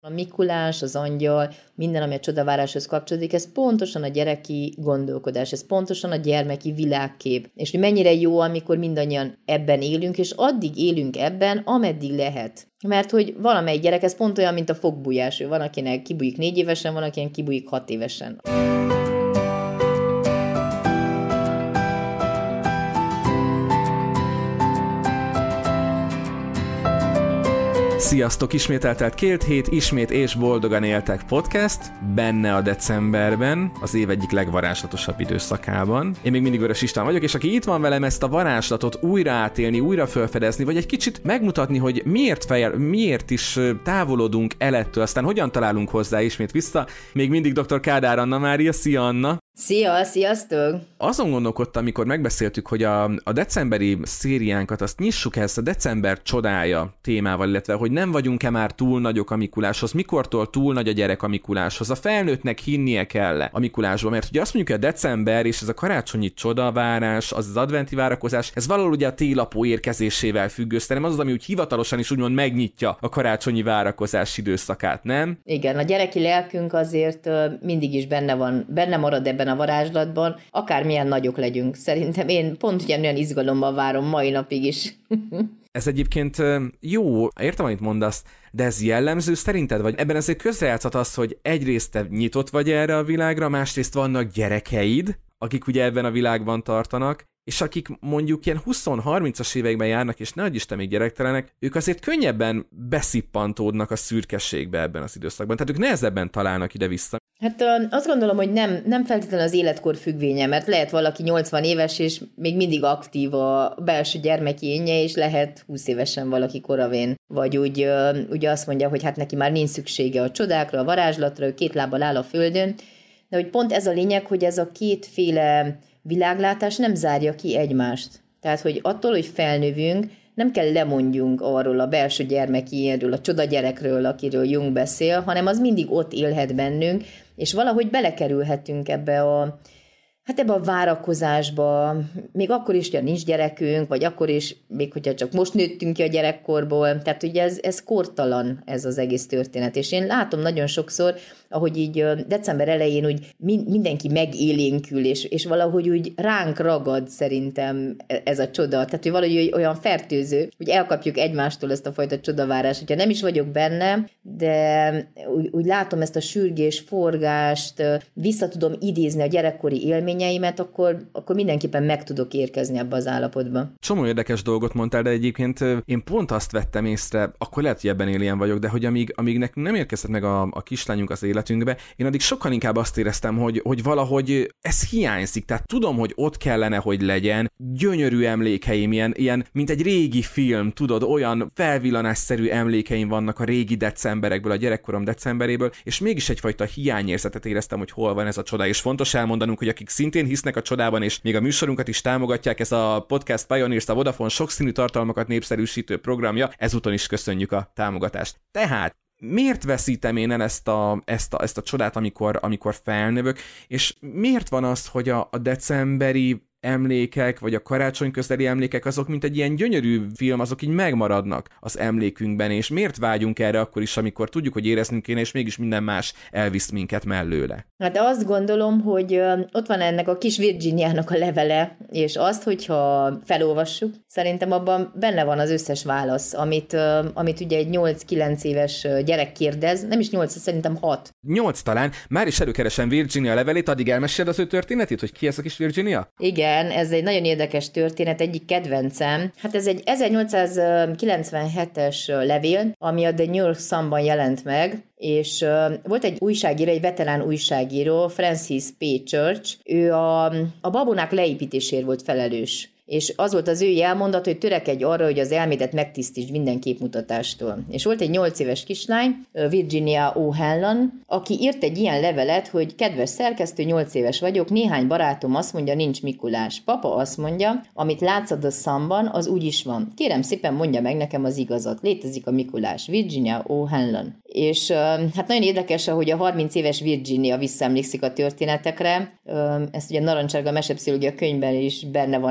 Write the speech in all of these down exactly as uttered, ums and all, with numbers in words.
A Mikulás, az angyal, minden, ami a csodaváráshoz kapcsolódik, ez pontosan a gyereki gondolkodás, ez pontosan a gyermeki világkép. És hogy mennyire jó, amikor mindannyian ebben élünk, és addig élünk ebben, ameddig lehet. Mert hogy valamelyik gyerek, ez pont olyan, mint a fogbújás. Van, akinek kibújik négy évesen, van, akinek kibújik hat évesen. Sziasztok! Ismét eltelt két hét, ismét és boldogan éltek podcast, benne a decemberben, az év egyik legvarázslatosabb időszakában. Én még mindig Vörös István vagyok, és aki itt van velem ezt a varázslatot újra átélni, újra felfedezni, vagy egy kicsit megmutatni, hogy miért, fejel, miért is távolodunk el ettől, aztán hogyan találunk hozzá ismét vissza, még mindig doktor Kádár Anna Mária. Szia, Anna! Szia, sziasztok! Azon gondolkodtam, amikor megbeszéltük, hogy a, a decemberi szériánkat azt nyissuk ezt a december csodája témával, illetve hogy nem vagyunk-e már túl nagyok a Mikuláshoz, mikortól túl nagy a gyerek a Mikuláshoz, a felnőttnek hinnie kell a Mikulásba, mert ugye azt mondjuk, hogy a december és ez a karácsonyi csodavárás, az az adventi várakozás, ez valahol ugye a télapó érkezésével függ össze, nem az az, ami úgy hivatalosan is úgymond megnyitja a karácsonyi várakozás időszakát, nem? Igen, a gyereki lelkünk azért mindig is benne van, benne marad ebben a varázslatban, akármilyen nagyok legyünk. Szerintem én pont ugyanolyan izgalommal várom mai napig is. Ez egyébként jó, értem, amit mondasz, de ez jellemző szerinted? Vagy ebben azért közrejátszott az, hogy egyrészt te nyitott vagy erre a világra, másrészt vannak gyerekeid, akik ugye ebben a világban tartanak, és akik mondjuk ilyen húsz-harmincas években járnak, és ne adj Isten még gyerektelenek, ők azért könnyebben beszippantódnak a szürkességbe ebben az időszakban. Tehát ők nehezebben találnak ide-vissza. Hát azt gondolom, hogy nem, nem feltétlenül az életkor függvénye, mert lehet valaki nyolcvan éves, és még mindig aktív a belső gyermeki énje, és lehet húsz évesen valaki koravén. Vagy úgy ugye azt mondja, hogy hát neki már nincs szüksége a csodákra, a varázslatra, ő két lábbal áll a földön. De hogy pont ez a lényeg, hogy ez a kétféle világlátás nem zárja ki egymást. Tehát, hogy attól, hogy felnövünk, nem kell lemondjunk arról a belső gyermeki élről, a csodagyerekről, akiről Jung beszél, hanem az mindig ott élhet bennünk, és valahogy belekerülhetünk ebbe a, hát ebbe a várakozásba, még akkor is, hogyha nincs gyerekünk, vagy akkor is, még hogyha csak most nőttünk ki a gyerekkorból, tehát ugye ez, ez kortalan ez az egész történet, és én látom nagyon sokszor, ahogy így december elején úgy mindenki megélénkül, és, és valahogy úgy ránk ragad szerintem ez a csoda. Tehát, hogy valahogy olyan fertőző, hogy elkapjuk egymástól ezt a fajta csodavárást. Hogyha nem is vagyok benne, de úgy, úgy látom ezt a sürgés, forgást, vissza tudom idézni a gyerekkori élményeimet, akkor, akkor mindenképpen meg tudok érkezni ebbe az állapotba. Csomó érdekes dolgot mondtál, de egyébként én pont azt vettem észre, akkor lehet, hogy ebben éljen vagyok, de hogy amíg, amíg nekünk nem érkezett meg a, a kislányunk az élet, én addig sokkal inkább azt éreztem, hogy, hogy valahogy ez hiányzik. Tehát tudom, hogy ott kellene, hogy legyen. Gyönyörű emlékeim, ilyen, ilyen mint egy régi film, tudod, olyan felvillanásszerű emlékeim vannak a régi decemberekből, a gyerekkorom decemberéből, és mégis egyfajta hiányérzetet éreztem, hogy hol van ez a csoda. És fontos elmondanunk, hogy akik szintén hisznek a csodában, és még a műsorunkat is támogatják, ez a Podcast Pioneers, a Vodafone sokszínű tartalmakat népszerűsítő programja, ezúton is köszönjük a támogatást. Tehát miért veszítem én el ezt a, ezt a, ezt a csodát, amikor, amikor felnövök, és miért van az, hogy a, a decemberi emlékek, vagy a karácsony közeli emlékek, azok mint egy ilyen gyönyörű film, azok így megmaradnak az emlékünkben, és miért vágyunk erre akkor is, amikor tudjuk, hogy éreznünk kéne, és mégis minden más elvisz minket mellőle? Hát azt gondolom, hogy ott van ennek a kis Virginiának a levele, és azt, hogyha felolvassuk, szerintem abban benne van az összes válasz, amit, amit ugye egy nyolc-kilenc éves gyerek kérdez, nem is nyolc, szerintem hat. nyolc talán, már is előkeresem Virginia levelét, addig elmeséled az ő történetét, hogy ki ez a kis Virginia? Igen, ez egy nagyon érdekes történet, egyik kedvencem. Hát ez egy ezernyolcszázkilencvenhetes levél, ami a The New York Sunban jelent meg, és volt egy újságíró, egy veterán újságíró, Francis P. Church, ő a, a babonák leépítésért volt felelős. És az volt az ő jelmondat, hogy törekedj arra, hogy az elmédet megtisztítsd minden képmutatástól. És volt egy nyolc éves kislány, Virginia O'Hanlon, aki írt egy ilyen levelet, hogy kedves szerkesztő, nyolc éves vagyok, néhány barátom azt mondja, nincs Mikulás. Papa azt mondja, amit látszod a Sunban, az úgy is van. Kérem szépen mondja meg nekem az igazat. Létezik a Mikulás. Virginia O'Hanlon. És hát nagyon érdekes, hogy a harminc éves Virginia visszaemlékszik a történetekre. Ezt ugye Narancsárga mesepszichológia könyvben is benne van ez a kis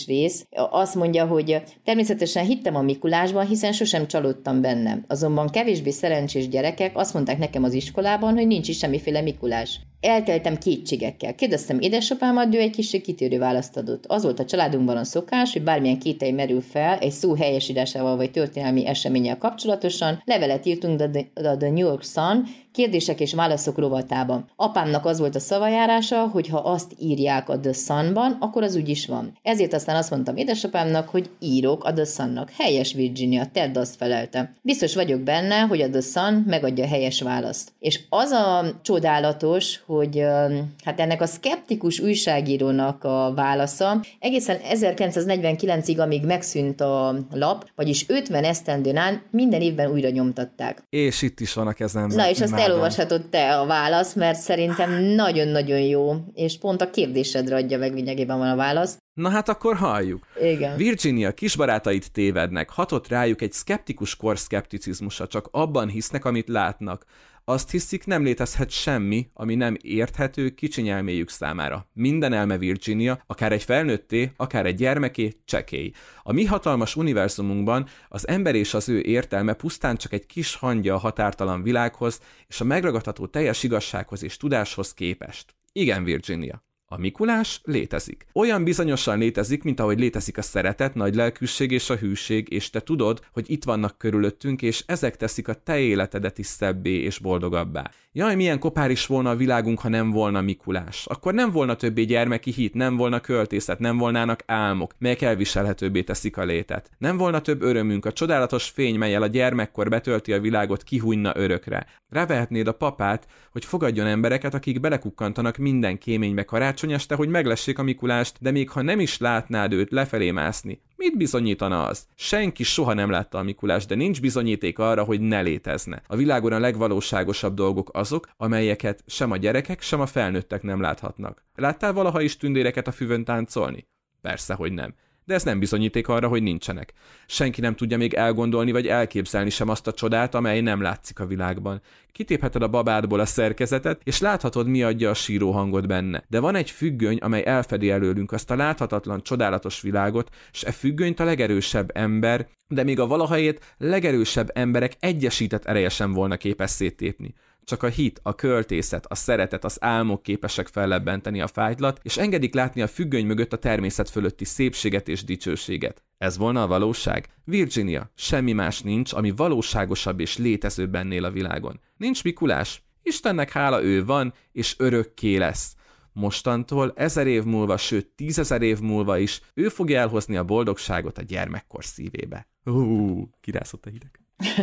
rész. Azt mondja, hogy természetesen hittem a Mikulásban, hiszen sosem csalódtam benne. Azonban kevésbé szerencsés gyerekek azt mondták nekem az iskolában, hogy nincs is semmiféle Mikulás. Elteltem kétségekkel. Kérdeztem édesapámat, ő egy kicsit kitérő választ adott. Az volt a családunkban a szokás, hogy bármilyen kételj merül fel egy szó helyesírásával vagy történelmi eseménnyel kapcsolatosan, levelet írtunk a The New York Sun kérdések és válaszok rovatában. Apámnak az volt a szavajárása, hogy ha azt írják a The Sunban, akkor az úgy is van. Ezért aztán azt mondtam édesapámnak, hogy írok a The Sunnak. Helyes, Virginia, Ted azt felelte. Biztos vagyok benne, hogy a The Sun megadja a helyes választ. És az a csodálatos, hogy hát ennek a szkeptikus újságírónak a válasza egészen ezerkilencszáznegyvenkilencig, amíg megszűnt a lap, vagyis ötven esztendőn át minden évben újra nyomtatták. És itt is van a kezemben. Na, és azt Imádom. Elolvashatod te a válasz, mert szerintem nagyon-nagyon jó, és pont a kérdésedre adja meg lényegében van a válasz. Na hát akkor halljuk. Igen. Virginia kisbarátait tévednek, hatott rájuk egy szkeptikus kor szkepticizmusa, csak abban hisznek, amit látnak. Azt hiszik, nem létezhet semmi, ami nem érthető kicsiny elméjük számára. Minden elme, Virginia, akár egy felnőtté, akár egy gyermeké, csekély. A mi hatalmas univerzumunkban az ember és az ő értelme pusztán csak egy kis hangja a határtalan világhoz és a megragadható teljes igazsághoz és tudáshoz képest. Igen, Virginia. A Mikulás létezik. Olyan bizonyosan létezik, mint ahogy létezik a szeretet, nagy lelkűség és a hűség, és te tudod, hogy itt vannak körülöttünk, és ezek teszik a te életedet is szebbé és boldogabbá. Jaj, milyen kopár is volna a világunk, ha nem volna Mikulás. Akkor nem volna többé gyermeki hit, nem volna költészet, nem volnának álmok, melyek elviselhetőbbé teszik a létet. Nem volna több örömünk, a csodálatos fény, mellyel a gyermekkor betölti a világot, kihújna örökre. Rávehetnéd a papát, hogy fogadjon embereket, akik belekukkantanak minden kéménybe karácsony este, hogy meglessék a Mikulást, de még ha nem is látnád őt lefelé mászni, mit bizonyítana az? Senki soha nem látta a Mikulást, de nincs bizonyíték arra, hogy ne létezne. A világon a legvalóságosabb dolgok azok, amelyeket sem a gyerekek, sem a felnőttek nem láthatnak. Láttál valaha is tündéreket a füvön táncolni? Persze, hogy nem. De ez nem bizonyíték arra, hogy nincsenek. Senki nem tudja még elgondolni vagy elképzelni sem azt a csodát, amely nem látszik a világban. Kitépheted a babádból a szerkezetet, és láthatod, mi adja a síró hangot benne. De van egy függöny, amely elfedi előlünk azt a láthatatlan, csodálatos világot, s e függönyt a legerősebb ember, de még a valahelyét legerősebb emberek egyesített ereje sem volna képes széttépni. Csak a hit, a költészet, a szeretet, az álmok képesek fellebbenteni a fájtlat, és engedik látni a függöny mögött a természet fölötti szépséget és dicsőséget. Ez volna a valóság? Virginia, semmi más nincs, ami valóságosabb és létezőbb ennél a világon. Nincs Mikulás? Istennek hála, ő van, és örökké lesz. Mostantól, ezer év múlva, sőt tízezer év múlva is, ő fogja elhozni a boldogságot a gyermekkor szívébe. Hú, kirászott a hideg.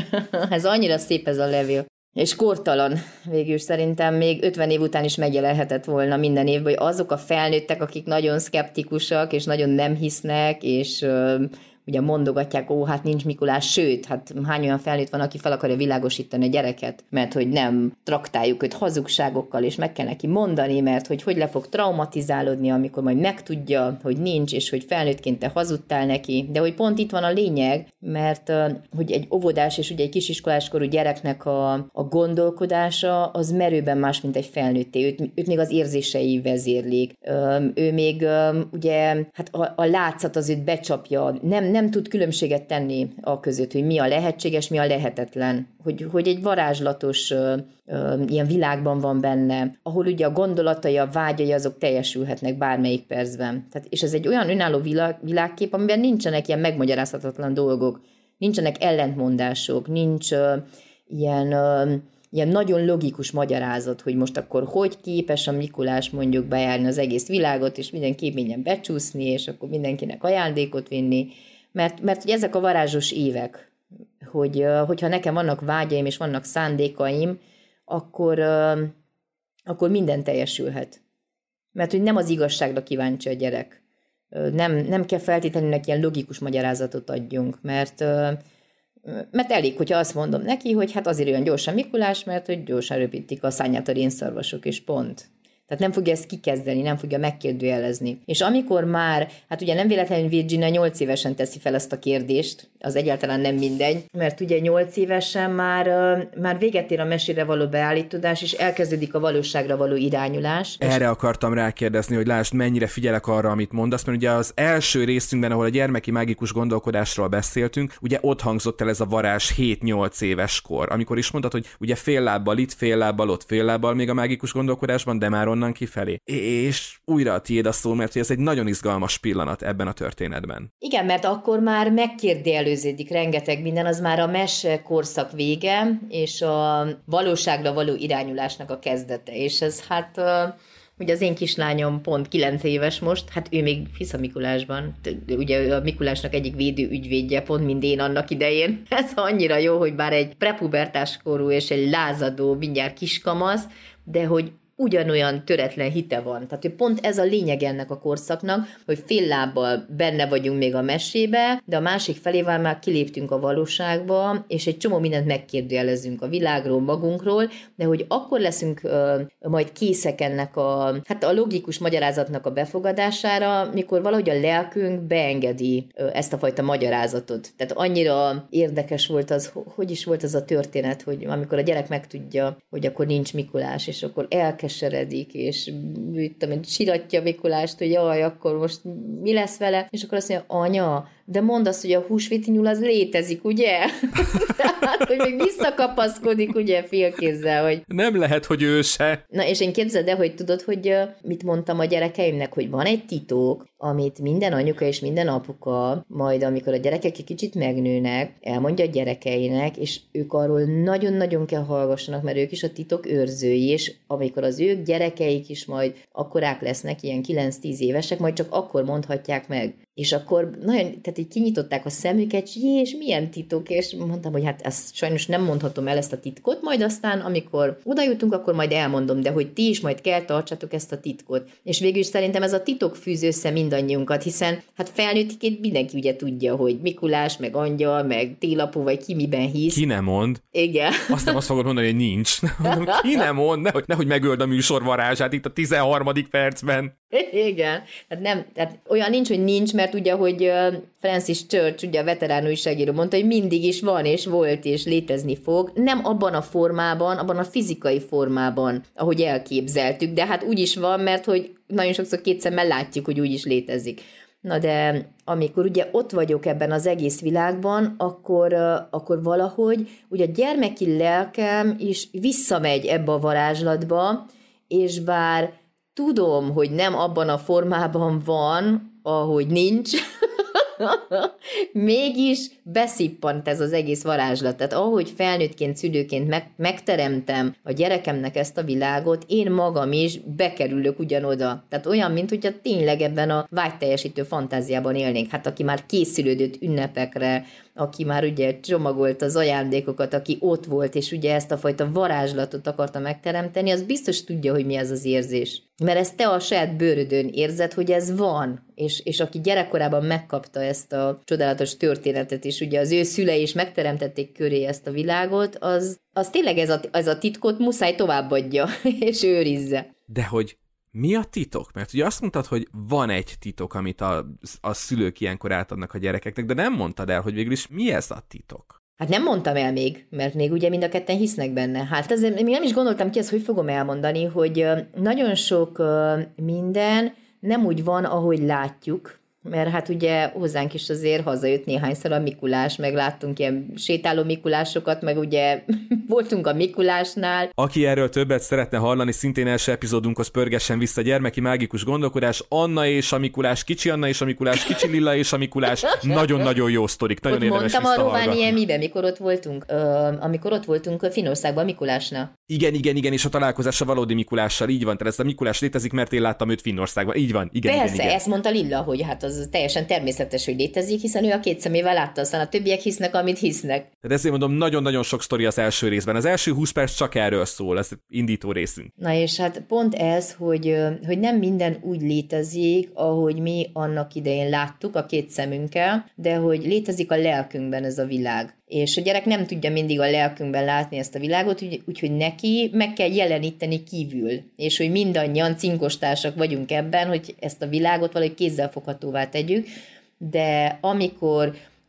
Ez annyira szép ez a levél. És kortalan végül szerintem még ötven év után is megjelenhetett volna minden évben, hogy azok a felnőttek, akik nagyon szkeptikusak, és nagyon nem hisznek, és ö, ugye mondogatják, ó, hát nincs Mikulás, sőt, hát hány olyan felnőtt van, aki fel akarja világosítani a gyereket, mert hogy nem traktáljuk őt hazugságokkal, és meg kell neki mondani, mert hogy hogy le fog traumatizálódni, amikor majd megtudja, hogy nincs, és hogy felnőttként te hazudtál neki, de hogy pont itt van a lényeg, mert hogy egy óvodás és ugye egy kisiskoláskorú gyereknek a, a gondolkodása az merőben más, mint egy felnőtté, őt, őt még az érzései vezérlik, ő még ugye, hát a, a látszat az őt becsapja, nem nem tud különbséget tenni a között, hogy mi a lehetséges, mi a lehetetlen. Hogy, hogy egy varázslatos ö, ö, ilyen világban van benne, ahol ugye a gondolatai, a vágyai azok teljesülhetnek bármelyik percben. Tehát, és ez egy olyan önálló világ, világkép, amiben nincsenek ilyen megmagyarázhatatlan dolgok, nincsenek ellentmondások, nincs ö, ilyen... Ö, ilyen nagyon logikus magyarázat, hogy most akkor hogy képes a Mikulás mondjuk bejárni az egész világot, és minden kéményen becsúszni, és akkor mindenkinek ajándékot vinni, mert, mert hogy ezek a varázsos évek, hogy, hogyha nekem vannak vágyaim, és vannak szándékaim, akkor, akkor minden teljesülhet. Mert hogy nem az igazságra kíváncsi a gyerek. Nem, nem kell feltétlenül neki ilyen logikus magyarázatot adjunk, mert Mert elég, hogyha azt mondom neki, hogy hát azért olyan gyorsan Mikulás, mert hogy gyorsan röpítik a szárnyát a rénszarvasok, és pont. Tehát nem fogja ezt kikezdeni, nem fogja megkérdőjelezni. És amikor már, hát ugye nem véletlenül Virginia nyolc évesen teszi fel ezt a kérdést az egyáltalán nem mindegy, mert ugye nyolc évesen már, már véget ér a mesére való beállítódás, és elkezdődik a valóságra való irányulás. Erre akartam rákérdezni, hogy lásd, mennyire figyelek arra, amit mondasz, mert ugye az első részünkben, ahol a gyermeki mágikus gondolkodásról beszéltünk, ugye ott hangzott el ez a varázs hét-nyolc éves kor, amikor is mondtad, hogy ugye fél lábbal itt, fél lábbal ott, fél lábbal még a mágikus gondolkodásban, de már onnan kifelé. És újra a tiéd a szó, mert ez egy nagyon izgalmas pillanat ebben a történetben. Igen, mert akkor már megkérdőjeleződik rengeteg minden, az már a mese korszak vége, és a valóságra való irányulásnak a kezdete. És ez hát... Ugye az én kislányom pont kilenc éves most, hát ő még hisz a Mikulásban. Ugye a Mikulásnak egyik védő ügyvédje, pont mint én annak idején. Ez annyira jó, hogy bár egy prepubertás korú és egy lázadó, mindjárt kiskamasz, de hogy ugyanolyan töretlen hite van. Tehát hogy pont ez a lényeg ennek a korszaknak, hogy fél lábbal benne vagyunk még a mesébe, de a másik felével már kiléptünk a valóságba, és egy csomó mindent megkérdőjelezünk a világról, magunkról, de hogy akkor leszünk ö, majd készek ennek a, hát a logikus magyarázatnak a befogadására, mikor valahogy a lelkünk beengedi ö, ezt a fajta magyarázatot. Tehát annyira érdekes volt az, hogy is volt az a történet, hogy amikor a gyerek megtudja, hogy akkor nincs Mikulás, és akkor elkezd keseredik, és tudom, siratja Mikulást, hogy jaj, akkor most mi lesz vele? És akkor azt mondja, anya, de mondd azt, hogy a húsvéti nyúl az létezik, ugye? Tehát, hogy még visszakapaszkodik, ugye, félkézzel, hogy... Nem lehet, hogy ő se. Na, és én képzeld el, hogy tudod, hogy mit mondtam a gyerekeimnek, hogy van egy titok, amit minden anyuka és minden apuka, majd amikor a gyerekek egy kicsit megnőnek, elmondja a gyerekeinek, és ők arról nagyon-nagyon kell hallgassanak, mert ők is a titok őrzői, és amikor az ők gyerekeik is majd akkorák lesznek, ilyen kilenc-tíz évesek, majd csak akkor mondhatják meg. És akkor nagyon, tehát így kinyitották a szemüket, és jé, és milyen titok, és mondtam, hogy hát ezt sajnos nem mondhatom el ezt a titkot, majd aztán, amikor oda jutunk, akkor majd elmondom, de hogy ti is majd kell tartsátok ezt a titkot. És végül is szerintem ez a titok fűz össze mindannyiunkat, hiszen hát felnőttként mindenki ugye tudja, hogy Mikulás, meg angyal, meg télapó, vagy ki miben hisz. Ki nem mond. Igen. Azt nem azt fogod mondani, hogy nincs. Ki nem mond, nehogy, nehogy megöld a műsor varázsát itt a tizenharmadik percben. Igen. Tehát nem, tehát olyan nincs, hogy nincs, mert ugye, hogy Francis Church, ugye a veterán újságíró mondta, hogy mindig is van, és volt, és létezni fog. Nem abban a formában, abban a fizikai formában, ahogy elképzeltük, de hát úgy is van, mert hogy nagyon sokszor két szemmel látjuk, hogy úgy is létezik. Na de amikor ugye ott vagyok ebben az egész világban, akkor, akkor valahogy ugye a gyermeki lelkem is visszamegy ebbe a varázslatba, és bár tudom, hogy nem abban a formában van, ahogy nincs, mégis beszippant ez az egész varázslat. Tehát ahogy felnőttként, szülőként meg, megteremtem a gyerekemnek ezt a világot, én magam is bekerülök ugyanoda. Tehát olyan, mint hogyha tényleg ebben a vágyteljesítő fantáziában élnénk. Hát aki már készülődött ünnepekre, aki már ugye csomagolt az ajándékokat, aki ott volt, és ugye ezt a fajta varázslatot akarta megteremteni, az biztos tudja, hogy mi ez az érzés. Mert ezt te a saját bőrödön érzed, hogy ez van, és, és aki gyerekkorában megkapta ezt a csodálatos történetet, és ugye az ő szülei is megteremtették köré ezt a világot, az, az tényleg ez a, ez a titkot muszáj továbbadja, és őrizze. De hogy mi a titok? Mert ugye azt mondtad, hogy van egy titok, amit a, a szülők ilyenkor átadnak a gyerekeknek, de nem mondtad el, hogy végül is mi ez a titok? Hát nem mondtam el még, mert még ugye mind a ketten hisznek benne. Hát ezért még nem is gondoltam ki, ezt hogy fogom elmondani, hogy nagyon sok minden nem úgy van, ahogy látjuk, mert hát ugye hozzánk is azért hazajött néhányszor a Mikulás, meg láttunk ilyen sétáló Mikulásokat, meg ugye voltunk a Mikulásnál. Aki erről többet szeretne hallani, szintén első epizódunkhoz pörgessen vissza, gyermeki mágikus gondolkodás, Anna és a Mikulás, kicsi Anna és a Mikulás, kicsi Lilla és a Mikulás, nagyon-nagyon jó sztorik, nagyon ott érdemes mondtam visszahallgatni. a Rovániemiben, mikor ott voltunk, ö, amikor ott voltunk a Finnországban a Mikulásnál. Igen, igen, igen, és a találkozás a valódi Mikulással, így van, tehát ez a Mikulás létezik, mert én láttam őt Finnországban, így van, igen, Persze, igen, igen. ezt mondta Lilla, hogy hát az teljesen természetes, hogy létezik, hiszen ő a két szemével látta, aztán a többiek hisznek, amit hisznek. Tehát ezért mondom, nagyon-nagyon sok sztori az első részben. Az első húsz perc csak erről szól, ez indító részünk. Na és hát pont ez, hogy, hogy nem minden úgy létezik, ahogy mi annak idején láttuk a két szemünkkel, de hogy létezik a lelkünkben ez a világ. És a gyerek nem tudja mindig a lelkünkben látni ezt a világot, úgyhogy neki meg kell jeleníteni kívül. És hogy mindannyian cinkostársak vagyunk ebben, hogy ezt a világot valahogy kézzelfoghatóvá tegyük, de amikor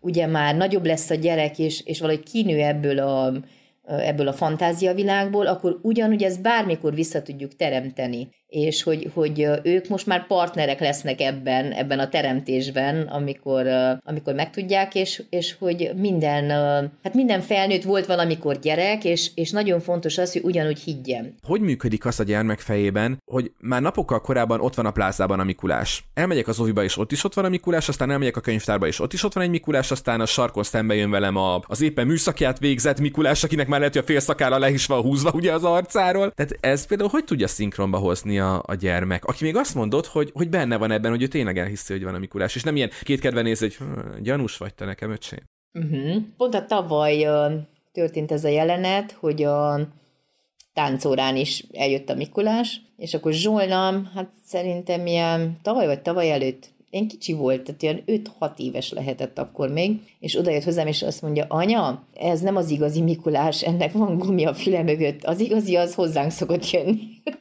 ugye már nagyobb lesz a gyerek, és, és valahogy kinő ebből a, ebből a fantáziavilágból, akkor ugyanúgy ezt bármikor vissza tudjuk teremteni. És hogy, hogy ők most már partnerek lesznek ebben, ebben a teremtésben, amikor, amikor megtudják, és, és hogy minden, hát minden felnőtt volt valamikor gyerek, és, és nagyon fontos az, hogy ugyanúgy higgyen. Hogy működik az a gyermek fejében, hogy már napokkal korábban ott van a plázában a Mikulás. Elmegyek az oviba, és ott is ott van a Mikulás, aztán elmegyek a könyvtárba, és ott is ott van egy Mikulás, aztán a sarkon szembe jön velem a, az éppen műszakját végzett Mikulás, akinek már lehet, hogy a fél szakára le is van húzva ugye az arcáról. Tehát ez például hogy tudja szinkronba hozni A, a gyermek, aki még azt mondott, hogy, hogy benne van ebben, hogy ő tényleg elhiszi, hogy van a Mikulás, és nem ilyen kétkedve néz, hogy hm, gyanús vagy te nekem, öcsém. Uh-huh. Pont a tavaly uh, történt ez a jelenet, hogy a táncórán is eljött a Mikulás, és akkor Zsolnam, hát szerintem ilyen tavaly vagy tavaly előtt, én kicsi volt, tehát ilyen öt-hat éves lehetett akkor még, és odajött hozzám, és azt mondja, anya, ez nem az igazi Mikulás, ennek van gumi a füle mögött, az igazi az hozzánk szokott jönni.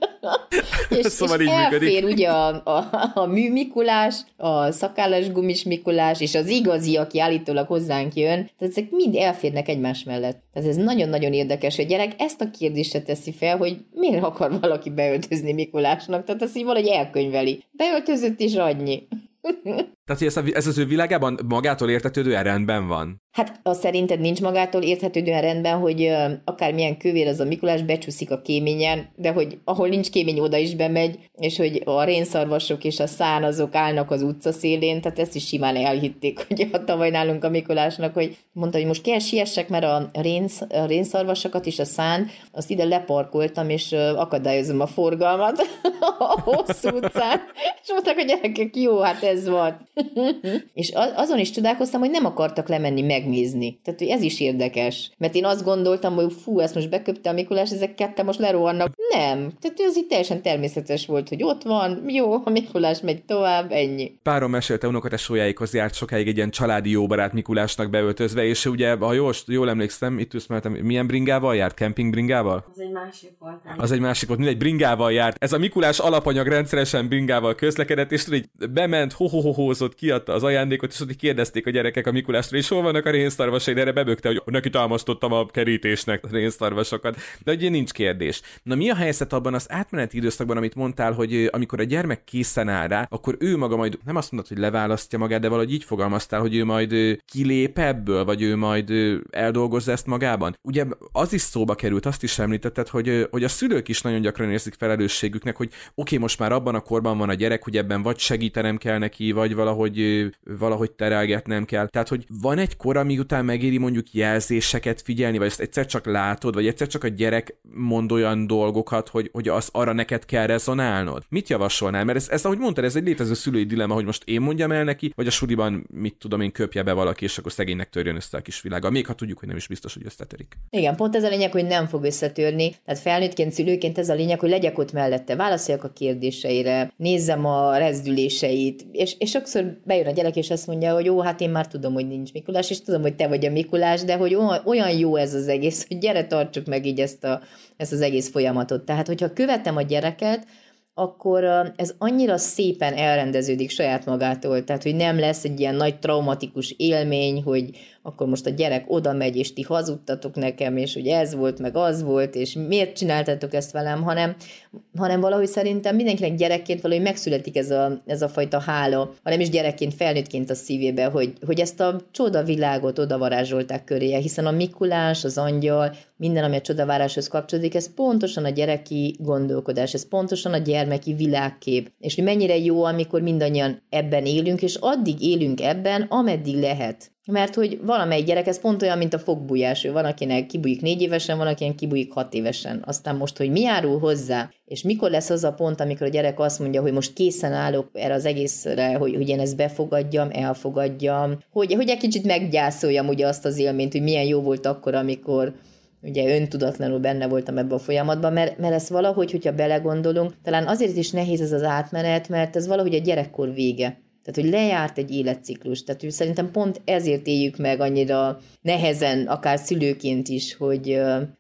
és szóval és elfér működik. ugye a, a, a mű Mikulás, a szakállas gumis Mikulás, és az igazi, aki állítólag hozzánk jön, tehát ezek mind elférnek egymás mellett. Tehát ez nagyon-nagyon érdekes, hogy gyerek ezt a kérdést teszi fel, hogy miért akar valaki beöltözni Mikulásnak, tehát ezt így valahogy elkönyveli. Beöltözött is annyi. Tehát, hogy ez, a, ez az ő világában magától értetődően rendben van? Hát az szerinted nincs magától érthetődően rendben, hogy uh, akármilyen kövér az a Mikulás, becsúszik a kéményen, de hogy ahol nincs kémény, oda is bemegy, és hogy a rénszarvasok és a szán azok állnak az utca szélén, tehát ezt is simán elhitték, hogy a tavaly nálunk a Mikulásnak, hogy mondta, hogy most kell siessek, mert a, rénsz, a rénszarvasokat és a szán, azt ide leparkoltam, és uh, akadályozom a forgalmat a hosszú utcán, és mondták, hogy gyerekek, jó, hát ez van. És azon is csodálkoztam, hogy nem akartak lemenni megnézni. Tehát, hogy ez is érdekes. Mert én azt gondoltam, hogy fú, ezt most beköpte a Mikulás, ezek ketten most lerohannak. Nem. Tehát az így teljesen természetes volt, hogy ott van, jó, a Mikulás megy tovább, ennyi. Párom mesélte, unokatesójáikhoz járt sokáig egy ilyen családi jóbarát Mikulásnak beöltözve, és ugye, ha jól, jól emlékszem, itt üszmeltem, milyen bringával járt? Camping bringával? Az egy másik volt. Az egy másik volt, mindegy bringával járt. Ez a Mikulás alapanyag rendszeresen bringával közlekedett, és tudod, így bement, ho-ho-ho-hózott, kiadta az ajándékot, és ott kérdezték a gyerekek a Mikulástól, és hol vannak a rénszarvasai, erre bebökte, hogy neki támasztottam a kerítésnek a rénszarvasokat. De ugye nincs kérdés. Na mi a helyzet abban az átmeneti időszakban, amit mondtál, hogy amikor a gyermek készen áll rá, akkor ő maga majd, nem azt mondod, hogy leválasztja magát, de valahogy így fogalmaztál, hogy ő majd kilép ebből, vagy ő majd eldolgozza ezt magában. Ugye az is szóba került, azt is említetted, hogy, hogy a szülők is nagyon gyakran érzik felelősségüknek, hogy oké, okay, most már abban a korban van a gyerek, hogy ebben vagy segítenem kell neki, vagy valahogy, valahogy terelgetnem kell. Tehát, hogy van egy kor, amíg után megéri mondjuk jelzéseket figyelni, vagy ezt egyszer csak látod, vagy egyszer csak a gyerek mond olyan dolgokat, hogy, hogy az arra neked kell rezonálnod. Mit javasolnál? Mert ez, ez, ahogy mondtad, ez egy létező szülői dilemma, hogy most én mondjam el neki, vagy a suliban, mit tudom én, köpje be valaki, és akkor szegénynek törjön össze a kis világa. Még ha tudjuk, hogy nem is biztos, hogy összetörik. Igen, pont ez a lényeg, hogy nem fog összetörni. Tehát felnőttként, szülőként ez a lényeg, hogy legyek ott mellette, válaszoljak a kérdéseire, nézzem a rezdüléseit, és, és sokszor bejön a gyerek, és azt mondja, hogy jó, hát én már tudom, hogy nincs Mikulás, és tudom, hogy te vagy a Mikulás, de hogy olyan jó ez az egész, hogy gyere, tartsuk meg így ezt, a, ezt az egész folyamatot. Tehát, hogyha követem a gyereket, akkor ez annyira szépen elrendeződik saját magától, tehát, hogy nem lesz egy ilyen nagy traumatikus élmény, hogy akkor most a gyerek oda megy, és ti hazudtatok nekem, és hogy ez volt, meg az volt, és miért csináltatok ezt velem, hanem, hanem valahogy szerintem mindenkinek gyerekként valahogy megszületik ez a, ez a fajta hála, hanem is gyerekként, felnőttként a szívébe, hogy, hogy ezt a csodavilágot odavarázsolták köréje, hiszen a Mikulás, az angyal, minden, ami a csodaváráshoz kapcsolódik, ez pontosan a gyereki gondolkodás, ez pontosan a gyermeki világkép, és hogy mennyire jó, amikor mindannyian ebben élünk, és addig élünk ebben, ameddig lehet. Mert hogy valamelyik gyerek, ez pont olyan, mint a fogbújás, ő van, akinek kibújik négy évesen, van, akinek kibújik hat évesen. Aztán most, hogy mi járul hozzá, és mikor lesz az a pont, amikor a gyerek azt mondja, hogy most készen állok erre az egészre, hogy, hogy én ezt befogadjam, elfogadjam, hogy, hogy egy kicsit meggyászoljam ugye azt az élményt, hogy milyen jó volt akkor, amikor ugye öntudatlanul benne voltam ebben a folyamatban, mert, mert ez valahogy, hogyha belegondolunk, talán azért is nehéz ez az átmenet, mert ez valahogy a gyerekkor vége. Tehát, hogy lejárt egy életciklus. Tehát, hogy szerintem pont ezért éljük meg annyira nehezen, akár szülőként is, hogy,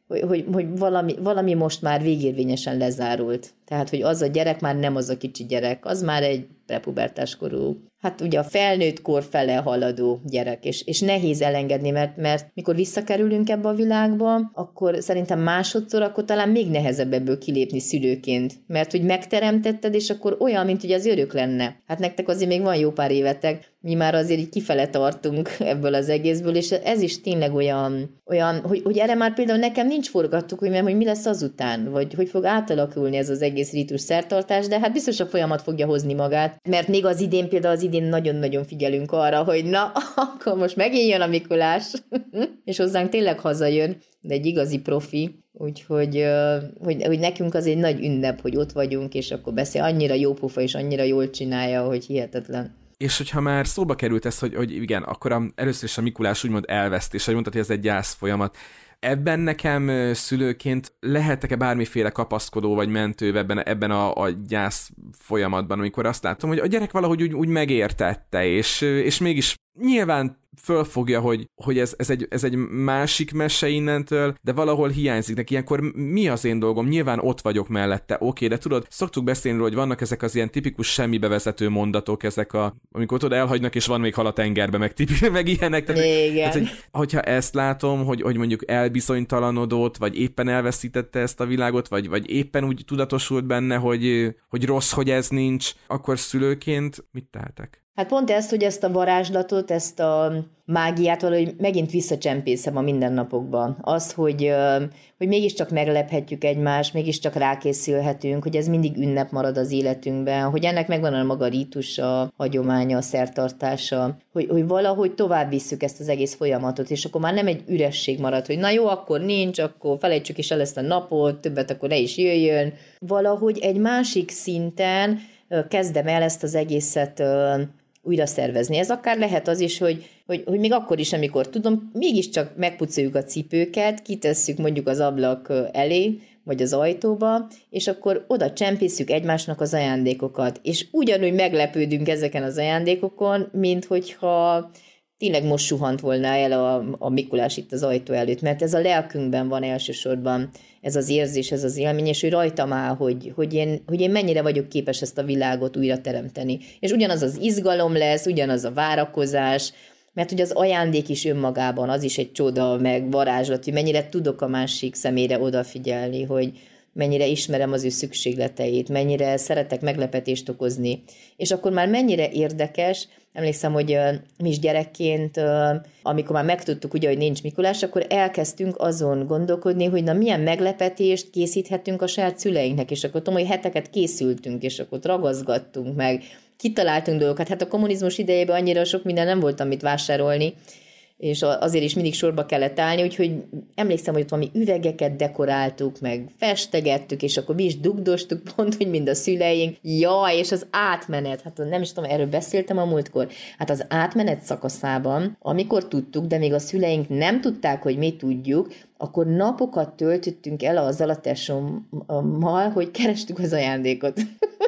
hogy, hogy, hogy valami, valami most már végérvényesen lezárult. Tehát, hogy az a gyerek már nem az a kicsi gyerek, az már egy prepubertás korú, hát ugye a felnőtt kor fele haladó gyerek, és, és nehéz elengedni, mert, mert mikor visszakerülünk ebbe a világba, akkor szerintem másodszor, akkor talán még nehezebb ebből kilépni szülőként, mert hogy megteremtetted, és akkor olyan, mint hogy az örök lenne. Hát nektek azért még van jó pár évetek, mi már azért így kifele tartunk ebből az egészből, és ez is tényleg olyan, olyan hogy, hogy erre már például nekem nincs forgatókönyvem, hogy mi lesz azután, vagy hogy fog átalakulni ez az egész rítus szertartás, de hát biztos a folyamat fogja hozni magát, mert még az idén, például az idén nagyon-nagyon figyelünk arra, hogy na, akkor most megint jön a Mikulás, és hozzánk tényleg hazajön, de egy igazi profi, úgyhogy hogy, hogy nekünk az egy nagy ünnep, hogy ott vagyunk, és akkor beszél, annyira jó pofa, és annyira jól csinálja, hogy hihetetlen. És hogyha már szóba került ez, hogy, hogy igen, akkor a, először is a Mikulás úgymond elvesztés, hogy mondtad, hogy ez egy gyász folyamat. Ebben nekem szülőként lehetek-e bármiféle kapaszkodó vagy mentő ebben, ebben a, a gyász folyamatban, amikor azt látom, hogy a gyerek valahogy úgy, úgy megértette, és, és mégis nyilván fölfogja, hogy, hogy ez, ez, egy, ez egy másik mese innentől, de valahol hiányzik neki. Ilyenkor mi az én dolgom? Nyilván ott vagyok mellette, oké, okay, de tudod, szoktuk beszélni, hogy vannak ezek az ilyen tipikus semmibe vezető mondatok, ezek a, amikor tudod, elhagynak, és van még hal a tengerbe, meg, tipi, meg ilyenek. Tehát, tehát, hogy, hogyha ezt látom, hogy, hogy mondjuk elbizonytalanodott, vagy éppen elveszítette ezt a világot, vagy, vagy éppen úgy tudatosult benne, hogy, hogy rossz, hogy ez nincs, akkor szülőként mit tehetek? Hát pont ezt, hogy ezt a varázslatot, ezt a mágiát valahogy megint visszacsempészem a mindennapokba. Az, hogy, hogy mégiscsak meglephetjük egymást, mégiscsak rákészülhetünk, hogy ez mindig ünnep marad az életünkben, hogy ennek megvan a maga rítusa, hagyománya, szertartása, hogy, hogy valahogy tovább visszük ezt az egész folyamatot, és akkor már nem egy üresség marad, hogy na jó, akkor nincs, akkor felejtsük is el ezt a napot, többet akkor ne is jöjjön. Valahogy egy másik szinten kezdem el ezt az egészet újra szervezni. Ez akár lehet az is, hogy, hogy, hogy még akkor is, amikor tudom, mégiscsak megpucoljuk a cipőket, kitesszük mondjuk az ablak elé, vagy az ajtóba, és akkor oda csempészük egymásnak az ajándékokat. És ugyanúgy meglepődünk ezeken az ajándékokon, mint hogyha tényleg most suhant volna el a, a Mikulás itt az ajtó előtt, mert ez a lelkünkben van elsősorban, ez az érzés, ez az élmény, és hogy rajtam áll, hogy, hogy, én, hogy én mennyire vagyok képes ezt a világot újra teremteni. És ugyanaz az izgalom lesz, ugyanaz a várakozás, mert hogy az ajándék is önmagában, az is egy csoda, meg varázslat, hogy mennyire tudok a másik személyre odafigyelni, hogy mennyire ismerem az ő szükségleteit, mennyire szeretek meglepetést okozni. És akkor már mennyire érdekes, emlékszem, hogy mi is gyerekként, amikor már megtudtuk, ugye, hogy nincs Mikulás, akkor elkezdtünk azon gondolkodni, hogy na milyen meglepetést készíthetünk a saját szüleinknek, és akkor tudom, hogy heteket készültünk, és akkor ragaszgattunk meg, kitaláltunk dolgokat. Hát a kommunizmus idejében annyira sok minden nem volt, amit vásárolni, és azért is mindig sorba kellett állni, úgyhogy emlékszem, hogy ott valami üvegeket dekoráltuk, meg festegettük, és akkor mi is dugdostuk pont, hogy mind a szüleink. Jaj, és az átmenet, hát nem is tudom, erről beszéltem a múltkor, hát az átmenet szakaszában, amikor tudtuk, de még a szüleink nem tudták, hogy mi tudjuk, akkor napokat töltöttünk el azzal a tesómmal, hogy kerestük az ajándékot.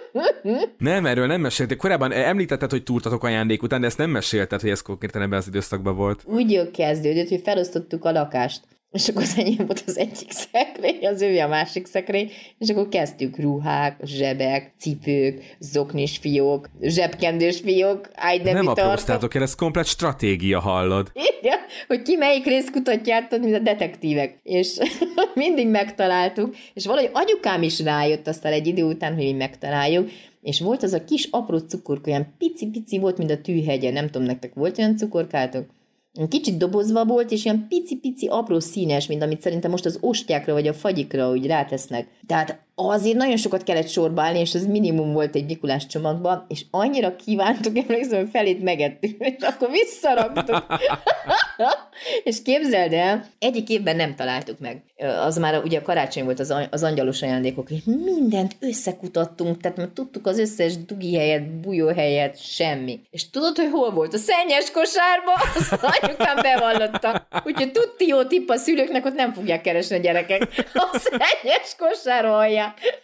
Nem, erről nem meséltél. Korábban említetted, hogy túrtatok ajándék után, de ezt nem mesélted, hogy ez konkrétan ebben az időszakban volt. Úgy kezdődött, hogy felosztottuk a lakást, és akkor az enyém volt az egyik szekrény, az ő a másik szekrény, és akkor kezdtük ruhák, zsebek, cipők, zoknis fiók, zsebkendős fiók, ágynemű Nem tartok. apróztátok el, ez komplet stratégia, hallod. Igen, hogy ki melyik részt kutatjátok, mint a detektívek. És mindig megtaláltuk, és valahogy anyukám is rájött aztán egy idő után, hogy mi megtaláljuk, és volt az a kis apró cukorka, olyan pici-pici volt, mint a tűhegye, nem tudom, nektek volt olyan cukorkátok? Kicsit dobozva volt, és ilyen pici-pici apró színes, mint amit szerintem most az ostyákra vagy a fagyikra úgy rátesznek. Tehát azért nagyon sokat kellett sorba állni, és az minimum volt egy Mikulás csomagban, és annyira kívántuk, emlékszem, hogy felét megettük, és akkor visszaraktuk. És képzeld el, egyik évben nem találtuk meg. Az már ugye a karácsony volt az, az angyalos ajándékok, és mindent összekutattunk, tehát mert tudtuk az összes dugi helyet, bujó helyet, semmi. És tudod, hogy hol volt? A szennyes kosárba, az anyukám bevallotta. Úgyhogy tudti jó tipp a szülőknek, ott nem fogják keresni a gyerekek. A szennyes kosár alja.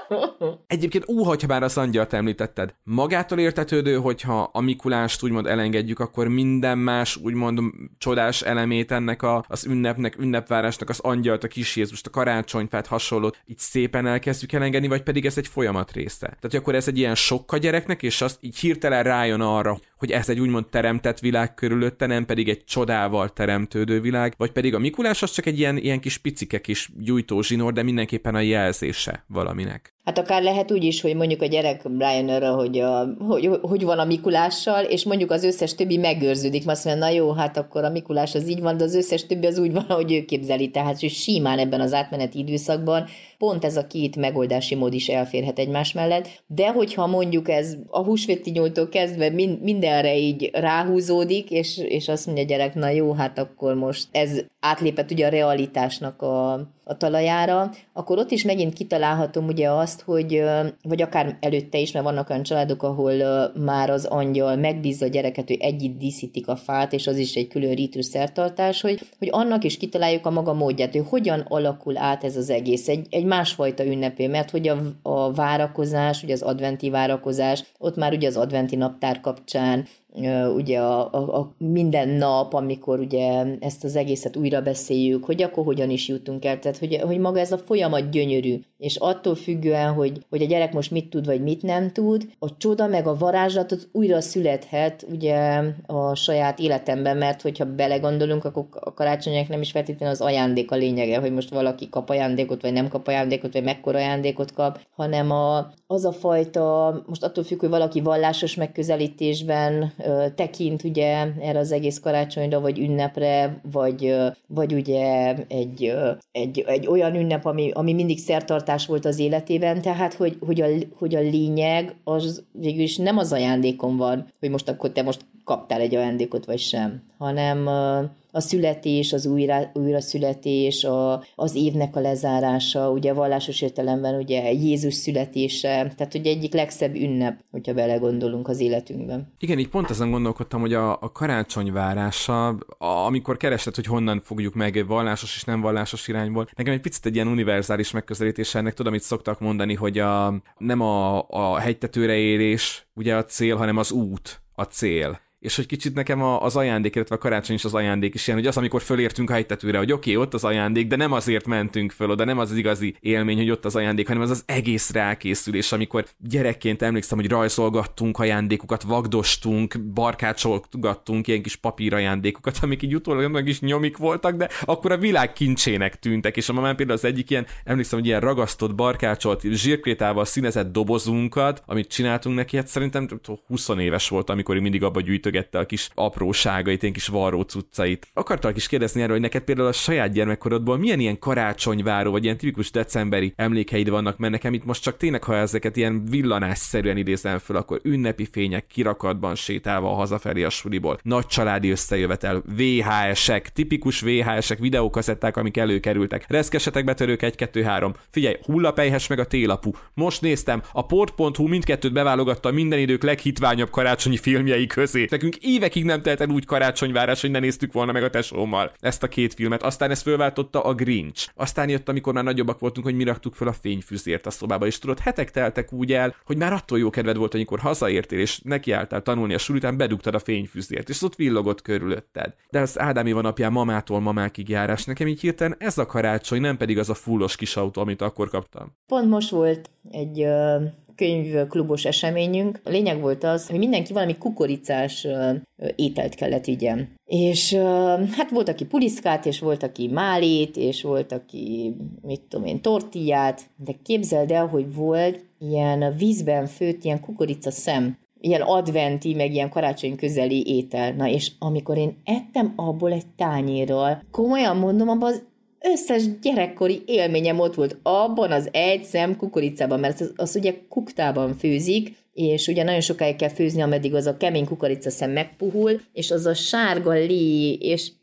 Egyébként ú, hogyha bár az angyalt említetted, magától értetődő, hogyha a Mikulást úgymond elengedjük, akkor minden más úgymond csodás elemét ennek a, az ünnepnek, ünnepvárásnak, az angyalt, a kis Jézust, a karácsonyfát, hasonlót, így szépen elkezdjük elengedni, vagy pedig ez egy folyamat része. Tehát, hogy akkor ez egy ilyen sok a gyereknek, és azt így hirtelen rájön arra, hogy ez egy úgymond teremtett világ körülötte, nem pedig egy csodával teremtődő világ, vagy pedig a Mikulás az csak egy ilyen, ilyen kis picike kis gyújtó zsinór, de mindenképpen a jelzése valaminek. Hát akár lehet úgy is, hogy mondjuk a gyerek rájön arra, hogy, a, hogy, hogy van a Mikulással, és mondjuk az összes többi megőrződik, mert azt mondja, na jó, hát akkor a Mikulás az így van, de az összes többi az úgy van, ahogy ő képzeli. Tehát hogy simán ebben az átmeneti időszakban pont ez a két megoldási mód is elférhet egymás mellett, de hogyha mondjuk ez a húsvéti nyúltól kezdve mind, mindenre így ráhúzódik, és, és azt mondja a gyerek, na jó, hát akkor most ez átlépett ugye a realitásnak a, a talajára, akkor ott is megint kitalálhatom ugye azt, hogy, vagy akár előtte is, mert vannak olyan családok, ahol már az angyal megbízza a gyereket, hogy együtt díszítik a fát, és az is egy külön rítus szertartás, hogy, hogy annak is kitaláljuk a maga módját, hogy hogyan alakul át ez az egész. Egy, egy másfajta ünnepé, mert hogy a, a várakozás, ugye az adventi várakozás, ott már ugye az adventi naptár kapcsán, ugye a, a, a minden nap, amikor ugye ezt az egészet újra beszéljük, hogy akkor hogyan is jutunk el, tehát hogy, hogy maga ez a folyamat gyönyörű, és attól függően, hogy, hogy a gyerek most mit tud, vagy mit nem tud, a csoda meg a varázslat az újra születhet ugye a saját életemben, mert hogyha belegondolunk, akkor a karácsonynak nem is feltétlenül az ajándék a lényege, hogy most valaki kap ajándékot, vagy nem kap ajándékot, vagy mekkora ajándékot kap, hanem a, az a fajta, most attól függ, hogy valaki vallásos megközelítésben tekint ugye erre az egész karácsonyra, vagy ünnepre, vagy, vagy ugye egy, egy, egy olyan ünnep, ami, ami mindig szertartás volt az életében, tehát hogy, hogy, a, hogy a lényeg az végül is nem az ajándékon van, hogy most akkor te most kaptál egy ajándékot, vagy sem, hanem a születés, az újra, újra születés, a, az évnek a lezárása, ugye vallásos értelemben ugye Jézus születése, tehát ugye egyik legszebb ünnep, hogyha belegondolunk az életünkben. Igen, így pont azon gondolkodtam, hogy a, a karácsony várása, a, amikor keresed, hogy honnan fogjuk meg vallásos és nem vallásos irányból, nekem egy picit egy ilyen univerzális megközelítés ennek, tudom, amit szoktak mondani, hogy a, nem a, a hegytetőre érés ugye a cél, hanem az út a cél. És hogy kicsit nekem az ajándék, illetve a karácsony is az ajándék is ilyen, hogy az, amikor fölértünk a hegytetőre, hogy oké, okay, ott az ajándék, de nem azért mentünk föl oda, nem az az igazi élmény, hogy ott az ajándék, hanem az az egész rákészülés, amikor gyerekként emlékszem, hogy rajzolgattunk ajándékokat, vagdostunk, barkácsolgattunk ilyen kis papírajándékokat, amik így utólag meg is nyomik voltak, de akkor a világ kincsének tűntek, és a mamám például az egyik ilyen, emlékszem, hogy ilyen ragasztott, barkácsolt, zsírkrétával színezett dobozunkat, amit csináltunk neki, hát szerintem húsz éves volt, amikor mindig abba gyűjtögette a kis apróságait, ilyen kis varró cuccait. Akartalak is kérdezni erről, hogy neked például a saját gyermekkorodból milyen ilyen karácsonyváró, vagy ilyen tipikus decemberi emlékeid vannak, mert nekem itt most csak tényleg, ha ezeket ilyen villanásszerűen idézem föl, akkor ünnepi fények kirakatban sétálva a hazafelé a suliból, nagy családi összejövetel, vé há esek, tipikus vé há esek, videókazetták, amik előkerültek. Reszkesetek betörők egy kettő három. Figyelj, hullapelyhes meg a télapu. Most néztem, a port pont hú mindkettőt beválogatta minden idők leghitványabb karácsonyi filmjei közé. Nekünk évekig nem telt el úgy karácsonyvárás, hogy ne néztük volna meg a tesómmal ezt a két filmet. Aztán ezt fölváltotta a Grinch. Aztán jött, amikor már nagyobbak voltunk, hogy mi raktuk föl a fényfüzért a szobába, és tudod, hetek teltek úgy el, hogy már attól jó kedved volt, amikor hazaértél, és nekiálltál tanulni a suli után, bedugtad a fényfüzért, és ott villogott körülötted. De az Ádám Éva napján mamától mamákig járás, nekem így hirtelen ez a karácsony, nem pedig az a fullos kis autó, amit akkor kaptam. Pont most volt egy uh... könyvklubos eseményünk. A lényeg volt az, hogy mindenki valami kukoricás uh, ételt kellett vigyen. És uh, hát volt, aki puliszkát, és volt, aki málét, és volt, aki, mit tudom én, tortillát, de képzeld el, hogy volt ilyen vízben főtt ilyen kukorica szem, ilyen adventi, meg ilyen karácsony közeli étel. Na és amikor én ettem abból egy tányérral, komolyan mondom, abban az összes gyerekkori élményem ott volt abban az egy szem kukoricában, mert az, az ugye kuktában főzik, és ugye nagyon sokáig kell főzni, ameddig az a kemény kukorica szem megpuhul, és az a sárga lé, és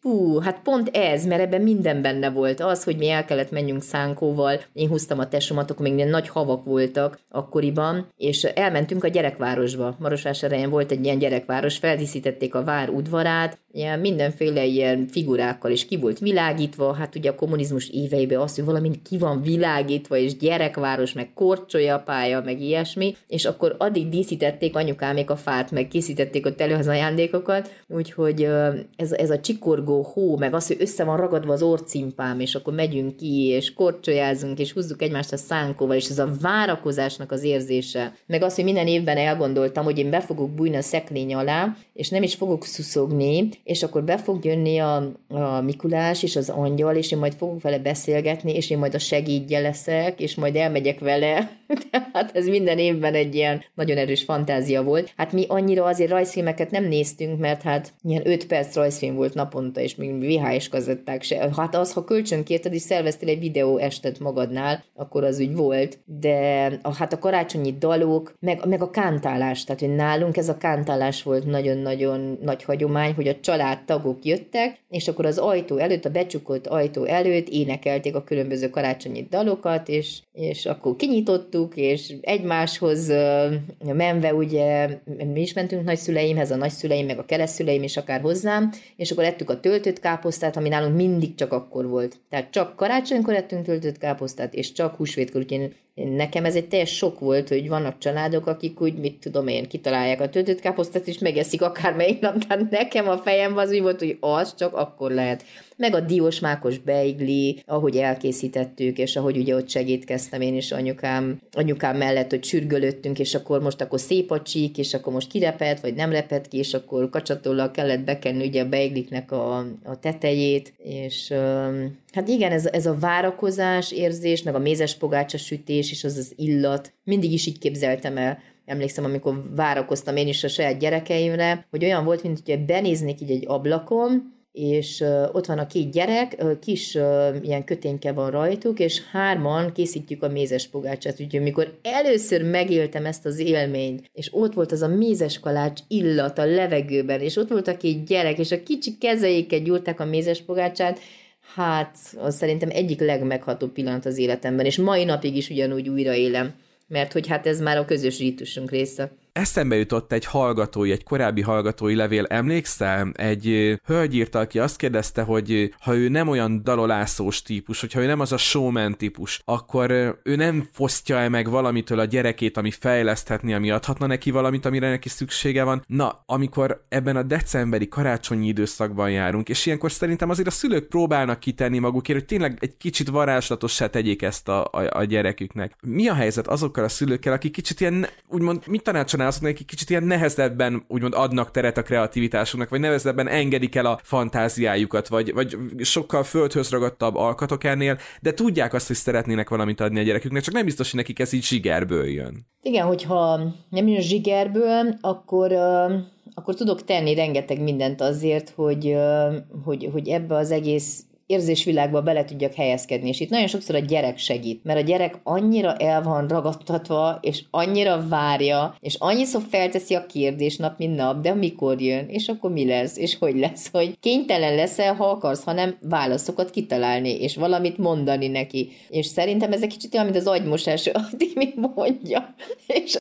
Hú, hát pont ez, mert ebben minden benne volt. Az, hogy mi el kellett menjünk szánkóval, én húztam a tesomat, akkor még nagy havak voltak akkoriban, és elmentünk a gyerekvárosba. Marosvásárhelyen volt egy ilyen gyerekváros, feldíszítették a vár udvarát, ilyen mindenféle ilyen figurákkal is ki volt világítva, hát ugye a kommunizmus éveiben az, hogy valami ki van világítva, és gyerekváros, meg korcsolyapálya, meg ilyesmi, és akkor addig díszítették anyukámék a fát, meg készítették ott elő az ajándékokat, úgyhogy ez, ez a csikorgó hó, meg az, hogy össze van ragadva az orcimpám, és akkor megyünk ki, és korcsolyázunk, és húzzuk egymást a szánkóval, és ez a várakozásnak az érzése. Meg az, hogy minden évben elgondoltam, hogy én be fogok bújni a szekrény alá, és nem is fogok szuszogni, és akkor be fog jönni a, a Mikulás és az angyal, és én majd fogok vele beszélgetni, és én majd a segédje leszek, és majd elmegyek vele. Tehát ez minden évben egy ilyen nagyon erős fantázia volt. Hát mi annyira azért rajzfilmeket nem néztünk, mert hát ilyen öt perc rajzfilm volt naponta, és még vé há es kazetták se. Hát az, ha kölcsönkérted, és szerveztél egy videó estet magadnál, akkor az úgy volt. De a, hát a karácsonyi dalok, meg, meg a kántálás, tehát hogy nálunk ez a kántálás volt nagyon-nagyon nagy hagyomány, hogy a családtagok jöttek, és akkor az ajtó előtt, a becsukott ajtó előtt énekelték a különböző karácsonyi dalokat, és, és akkor kinyitottuk, és egymáshoz uh, menve, ugye, mi is mentünk nagyszüleimhez, a nagyszüleim, meg a keresztszüleim, és akár hozzám, és akkor ettük a töltött káposztát, ami nálunk mindig csak akkor volt. Tehát csak karácsonykor ettünk töltött káposztát, és csak húsvétkor, úgyhogy nekem ez egy teljes sok volt, hogy vannak családok, akik úgy, mit tudom én, kitalálják a töltött káposztát, és megeszik akármelyik nap, tehát nekem a fejemben az úgy volt, hogy az csak akkor lehet. Meg a diós mákos beigli, ahogy elkészítettük, és ahogy ugye ott segítkeztem én is anyukám, anyukám mellett, hogy sürgölöttünk, és akkor most akkor szép a csík, és akkor most kirepett, vagy nem repett ki, és akkor kacsatollal kellett bekenni ugye a beigliknek a, a tetejét, és um, hát igen, ez, ez a várakozás érzés, meg a mézes pogácsa sütés, és az az illat, mindig is így képzeltem el. Emlékszem, amikor várakoztam én is a saját gyerekeimre, hogy olyan volt, mint hogy benéznék így egy ablakon, és uh, ott van a két gyerek, uh, kis uh, ilyen kötényke van rajtuk, és hárman készítjük a mézes pogácsát. Úgyhogy mikor először megéltem ezt az élményt, és ott volt az a mézes kalács illat a levegőben, és ott volt a két gyerek, és a kicsi kezeikkel gyúrták a mézes pogácsát, hát az szerintem egyik legmeghatóbb pillanat az életemben, és mai napig is ugyanúgy újraélem, mert hogy hát ez már a közös rítusunk része. Eszembe jutott egy hallgatói, egy korábbi hallgatói levél, emlékszel? Egy hölgy írta, aki azt kérdezte, hogy ha ő nem olyan dalolászós típus, hogyha ő nem az a showman típus, akkor ő nem fosztja-e meg valamitől a gyerekét, ami fejleszthetni, ami adhatna neki valamit, amire neki szüksége van. Na, amikor ebben a decemberi karácsonyi időszakban járunk, és ilyenkor szerintem azért a szülők próbálnak kitenni magukért, hogy tényleg egy kicsit varázslatossá tegyék ezt a, a, a gyereküknek. Mi a helyzet azokkal a szülőkkel, akik kicsit ilyen, úgymond, mit tanácsolnál azoknak, akik kicsit ilyen nehezebben úgymond adnak teret a kreativitásunknak, vagy nehezebben engedik el a fantáziájukat, vagy, vagy sokkal földhöz ragadtabb alkatok ennél, de tudják azt, hogy szeretnének valamit adni a gyereküknek, csak nem biztos, hogy nekik ez így zsigerből jön. Igen, hogyha nem jön zsigerből, akkor, uh, akkor tudok tenni rengeteg mindent azért, hogy, uh, hogy, hogy ebbe az egész érzésvilágba bele tudjak helyezkedni, és itt nagyon sokszor a gyerek segít, mert a gyerek annyira el van ragadtatva, és annyira várja, és annyiszor felteszi a kérdést nap, mint nap, de mikor jön, és akkor mi lesz, és hogy lesz, hogy kénytelen leszel, ha akarsz, hanem válaszokat kitalálni, és valamit mondani neki. És szerintem ez egy kicsit olyan, mint az agymosás, addig mi mondja, és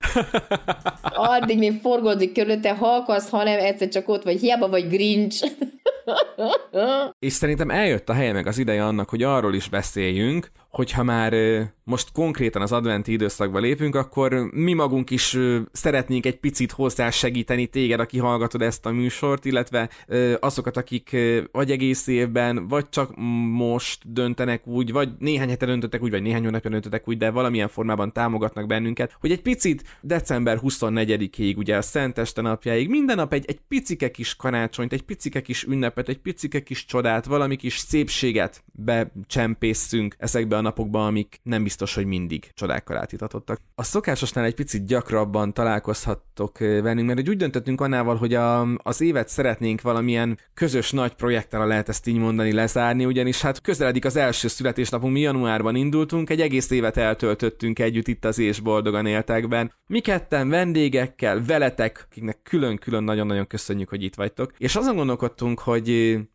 addig mi forgódik körülötte, ha akarsz, hanem egyszer csak ott vagy, hiába vagy Grinch. És szerintem eljött a helye meg az ideje annak, hogy arról is beszéljünk, hogyha már most konkrétan az adventi időszakba lépünk, akkor mi magunk is szeretnénk egy picit hozzá segíteni téged, aki hallgatod ezt a műsort, illetve azokat, akik vagy egész évben, vagy csak most döntenek úgy, vagy néhány hete döntöttek úgy, vagy néhány hónapja döntöttek úgy, de valamilyen formában támogatnak bennünket, hogy egy picit december huszonnegyedikéig, ugye a Szenteste napjáig, minden nap egy, egy picike kis karácsonyt, egy picike kis ünnepet, egy picike kis csodát, valami kis szépséget becsempészünk ezekbe a napokban, amik nem biztos, hogy mindig csodákkal átítatottak. A szokásosnál egy picit gyakrabban találkozhattok velünk, mert úgy döntöttünk annával, hogy a, az évet szeretnénk valamilyen közös nagy projekttel, lehet ezt így mondani, lezárni, ugyanis hát közeledik az első születésnapunk, mi januárban indultunk, egy egész évet eltöltöttünk együtt itt az És Boldogan Éltekben. Mi ketten vendégekkel, veletek, akiknek külön-külön nagyon-nagyon köszönjük, hogy itt vagytok, és azon gondolkodtunk, hogy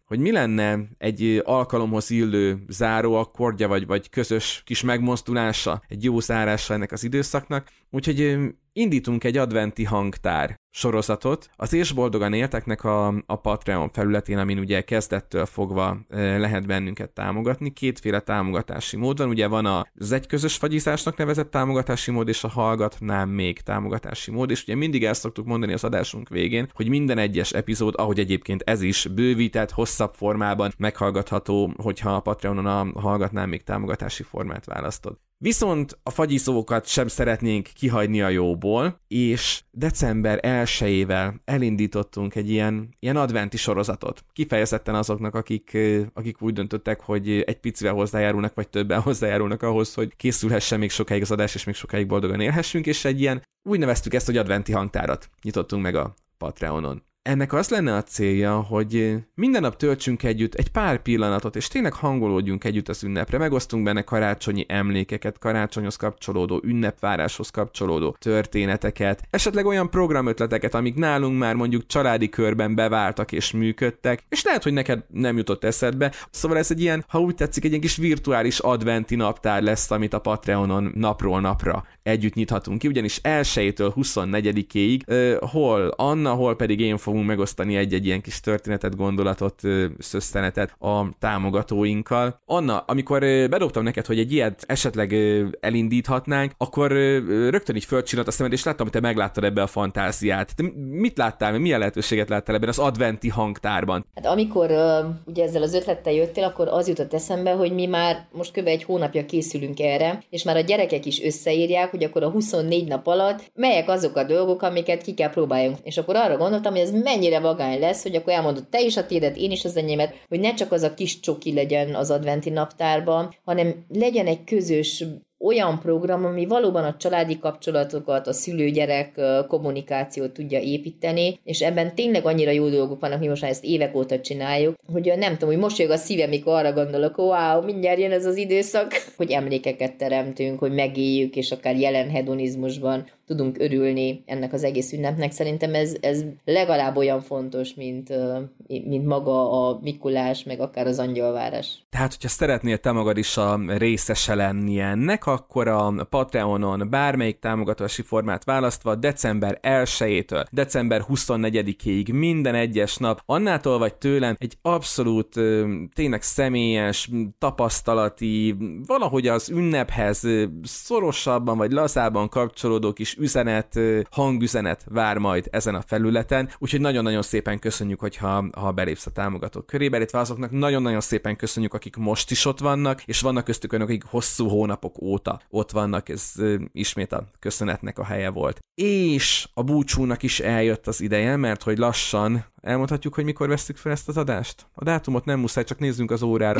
hogy mi lenne egy alkalomhoz illő záróakkordja, vagy, vagy közös kis megmozdulása, egy jó zárása ennek az időszaknak. Úgyhogy indítunk egy adventi hangtár sorozatot. Az És Boldogan Élteknek a, a Patreon felületén, amin ugye kezdettől fogva lehet bennünket támogatni. Kétféle támogatási mód van. Ugye van az egy közös fagyizásnak nevezett támogatási mód, és a hallgatnám még támogatási mód, és ugye mindig el szoktuk mondani az adásunk végén, hogy minden egyes epizód, ahogy egyébként ez is, bővített, hosszabb formában meghallgatható, hogyha a Patreonon a hallgatnám még támogatási formát választod. Viszont a fagyizókat sem szeretnénk kihagyni a jóból, és december elsejével elindítottunk egy ilyen, ilyen adventi sorozatot. Kifejezetten azoknak, akik, akik úgy döntöttek, hogy egy picivel hozzájárulnak, vagy többen hozzájárulnak ahhoz, hogy készülhessen még sokáig az adás, és még sokáig boldogan élhessünk, és egy ilyen, úgy neveztük ezt, hogy adventi hangtárat nyitottunk meg a Patreonon. Ennek az lenne a célja, hogy minden nap töltsünk együtt egy pár pillanatot, és tényleg hangolódjunk együtt az ünnepre. Megosztunk benne karácsonyi emlékeket, karácsonyhoz kapcsolódó, ünnepváráshoz kapcsolódó történeteket, esetleg olyan programötleteket, amik nálunk már mondjuk családi körben beváltak és működtek, és lehet, hogy neked nem jutott eszedbe. Szóval ez egy ilyen, ha úgy tetszik, egy ilyen kis virtuális adventi naptár lesz, amit a Patreonon napról napra együtt nyithatunk ki, ugyanis elsejétől huszonnegyedikéig, uh, hol Anna, hol pedig én fogunk megosztani egy-egy ilyen kis történetet, gondolatot, szösszenetet a támogatóinkkal. Anna, amikor bedobtam neked, hogy egy ilyet esetleg elindíthatnánk, akkor rögtön így fölcsillant a szemed, és láttam, hogy te megláttad ebbe a fantáziát. Te mit láttál, milyen lehetőséget láttál ebben az adventi hangtárban? Hát amikor uh, ugye ezzel az ötlettel jöttél, akkor az jutott eszembe, hogy mi már most kb. Egy hónapja készülünk erre, és már a gyerekek is összeírják, hogy akkor a huszonnégy nap alatt melyek azok a dolgok, amiket ki kell próbáljunk. És akkor arra gondoltam, hogy ez mennyire vagány lesz, hogy akkor elmondod te is a tiédet, én is az enyémet, hogy ne csak az a kis csoki legyen az adventi naptárban, hanem legyen egy közös olyan program, ami valóban a családi kapcsolatokat, a szülő-gyerek kommunikációt tudja építeni, és ebben tényleg annyira jó dolgok vannak, mi most már ezt évek óta csináljuk, hogy nem tudom, hogy mosolyog a szívem, mikor arra gondolok, wow, mindjárt jön ez az időszak, hogy emlékeket teremtünk, hogy megéljük, és akár jelen hedonizmusban tudunk örülni ennek az egész ünnepnek. Szerintem ez, ez legalább olyan fontos, mint, mint maga a Mikulás, meg akár az angyalvárás. Tehát, hogyha szeretnél te magad is a részese lenni ennek, akkor a Patreonon bármelyik támogatási formát választva december elsejétől december huszonnegyedikéig minden egyes nap Annától vagy tőlem egy abszolút tényleg személyes, tapasztalati, valahogy az ünnephez szorosabban vagy lazában kapcsolódó kis üzenet, hangüzenet vár majd ezen a felületen, úgyhogy nagyon-nagyon szépen köszönjük, hogyha ha belépsz a támogatók körébe, illetve azoknak nagyon-nagyon szépen köszönjük, akik most is ott vannak, és vannak köztük önök, akik hosszú hónapok óta ott vannak, ez ismét a köszönetnek a helye volt. És a búcsúnak is eljött az ideje, mert hogy lassan elmondhatjuk, hogy mikor vesszük fel ezt az adást? A dátumot nem muszáj, csak nézzünk az órára.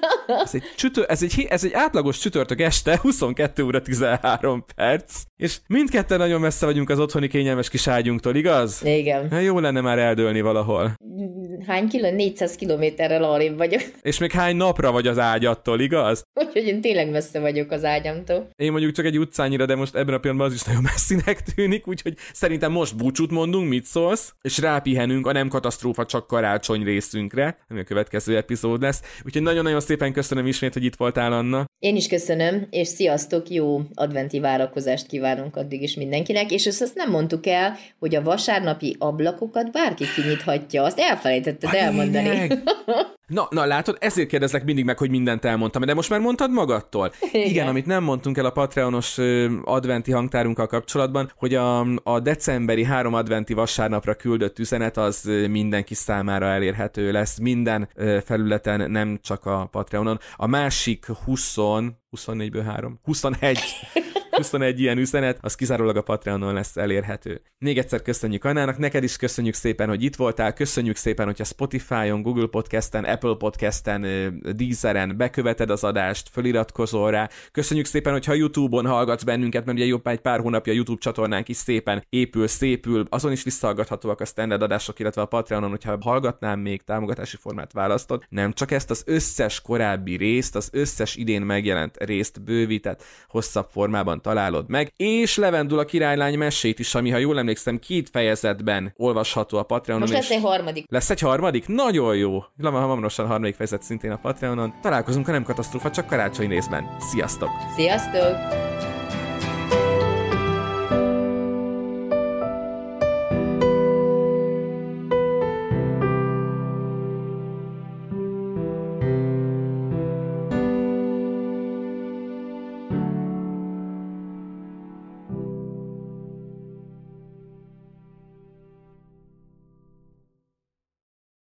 Ez egy, csütör, ez egy, ez egy átlagos csütörtök este, huszonkettő óra tizenhárom perc, és mindketten nagyon messze vagyunk az otthoni kényelmes kis ágyunktól, igaz? Igen. Hát jó lenne már eldőlni valahol. Hány kiló? négyszáz kilométerrel arrébb vagyok. És még hány napra vagy az ágyattól, igaz? Úgyhogy én tényleg messze vagyok az ágyamtól. Én mondjuk csak egy utcányira, de most ebben a pillanatban az is nagyon messzinek tűnik, úgyhogy szerintem most búcsút mondunk, mit szólsz, és rápihenünk a nem katasztrófa, csak karácsony részünkre, ami a következő epizód lesz. Úgyhogy nagyon-nagyon szépen köszönöm ismét, hogy itt voltál, Anna. Én is köszönöm, és sziasztok, jó adventi várakozást kívánunk addig is mindenkinek, és ezt nem mondtuk el, hogy a vasárnapi ablakokat bárki kinyithatja, azt elfelejtetted elmondani. Na, na, látod, ezért kérdezlek mindig meg, hogy mindent elmondtam, de most már mondtad magadtól. Igen, Igen amit nem mondtunk el a Patreonos adventi hangtárunkkal kapcsolatban, hogy a, a decemberi három adventi vasárnapra küldött üzenet az mindenki számára elérhető lesz, minden felületen, nem csak a Patreonon. A másik húsz, huszonnégyből három, huszonegy huszonegy ilyen üzenet, az kizárólag a Patreonon lesz elérhető. Még egyszer köszönjük Annának, neked is köszönjük szépen, hogy itt voltál, köszönjük szépen, hogyha Spotify-on, Google Podcasten, Apple Podcasten, Deezeren beköveted az adást, föliratkozol rá. Köszönjük szépen, hogyha YouTube-on hallgatsz bennünket, mert ugye jobb egy pár hónapja a YouTube csatornánk is szépen épül, szépül, azon is visszahallgathatóak a standard adások, illetve a Patreonon, hogyha hallgatnám még támogatási formát választod, nem csak ezt, az összes korábbi részt, az összes idén megjelent részt bővített, hosszabb formában találod meg, és Levendula királylány mesét is, ami, ha jól emlékszem, két fejezetben olvasható a Patreonon. Most lesz egy harmadik. Lesz egy harmadik? Nagyon jó! Hamarosan a harmadik fejezet szintén a Patreonon. Találkozunk a Nem Katasztrófa, csak karácsony részben. Sziasztok! Sziasztok!